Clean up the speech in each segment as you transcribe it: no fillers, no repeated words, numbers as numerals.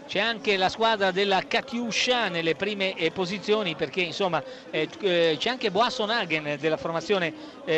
c'è anche la squadra della Katyusha nelle prime posizioni, perché insomma c'è anche Boasson Hagen della formazione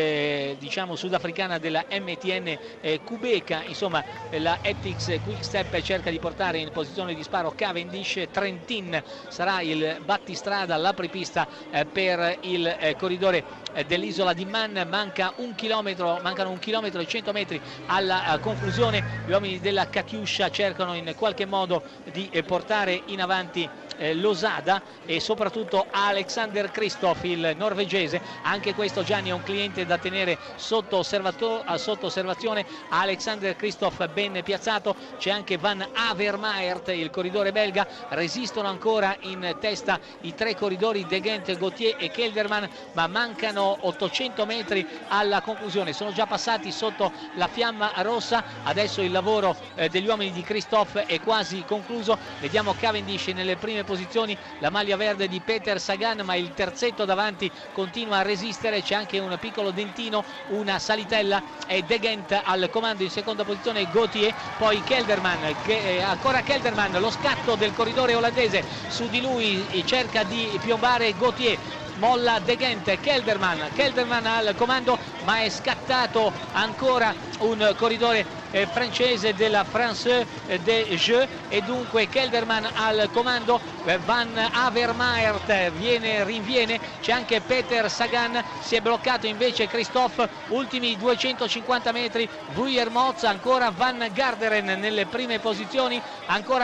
diciamo sudafricana della MTN Kubeka. Insomma la Ethics Quick Step cerca di portare in posizione di sparo Cavendish. Trentin sarà il battistrada, l'apripista per il corridore dell'isola di Man. Mancano 1 chilometro e 100 metri alla conclusione. Gli uomini della Katyusha cercano in qualche modo di portare in avanti Losada e soprattutto Alexander Kristoff, il norvegese. Anche questo, Gianni, è un cliente da tenere sotto osservazione. Alexander Kristoff ben piazzato, c'è anche Van Avermaert, il corridore belga. Resistono ancora in testa i 3 corridori De Gendt, Gauthier e Kelderman, ma mancano 800 metri alla conclusione. Sono già passati sotto la fiamma rossa. Adesso il lavoro degli uomini di Kristoff è quasi concluso. Vediamo Cavendish nelle prime posizioni, la maglia verde di Peter Sagan, ma il terzetto davanti continua a resistere. C'è anche un piccolo dentino, una salitella, e De Gendt al comando in seconda posizione, Gauthier, poi Kelderman, ancora Kelderman, lo scatto del corridore olandese, su di lui cerca di piombare Gauthier, molla De Gendt, Kelderman al comando, ma è scattato ancora un corridore francese della France des Jeux, e dunque Kelderman al comando. Van Avermaert rinviene, c'è anche Peter Sagan, si è bloccato invece Kristoff. Ultimi 250 metri, Vuillermoz, ancora Van Garderen nelle prime posizioni, ancora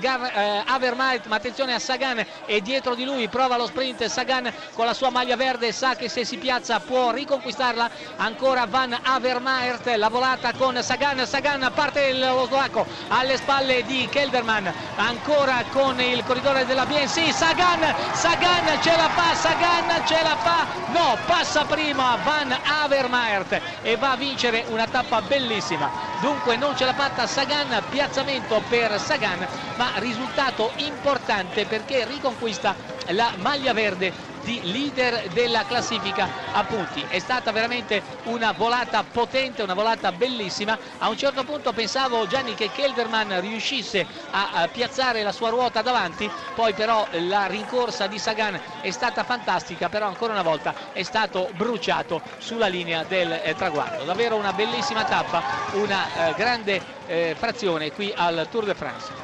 Avermaert, ma attenzione a Sagan, e dietro di lui prova lo sprint Sagan con la sua maglia verde, sa che se si piazza può riconquistarla. Ancora Van Avermaert, la volata con Sagan parte lo slovacco alle spalle di Kelderman, ancora con il corridore della BNC. Sagan ce la fa, no, passa prima Van Avermaert e va a vincere una tappa bellissima. Dunque non ce l'ha fatta Sagan, piazzamento per Sagan, ma risultato importante perché riconquista la maglia verde di leader della classifica a punti. È stata veramente una volata potente, una volata bellissima. A un certo punto pensavo, Gianni, che Kelderman riuscisse a piazzare la sua ruota davanti, poi però la rincorsa di Sagan è stata fantastica, però ancora una volta è stato bruciato sulla linea del traguardo. Davvero una bellissima tappa, una grande frazione qui al Tour de France.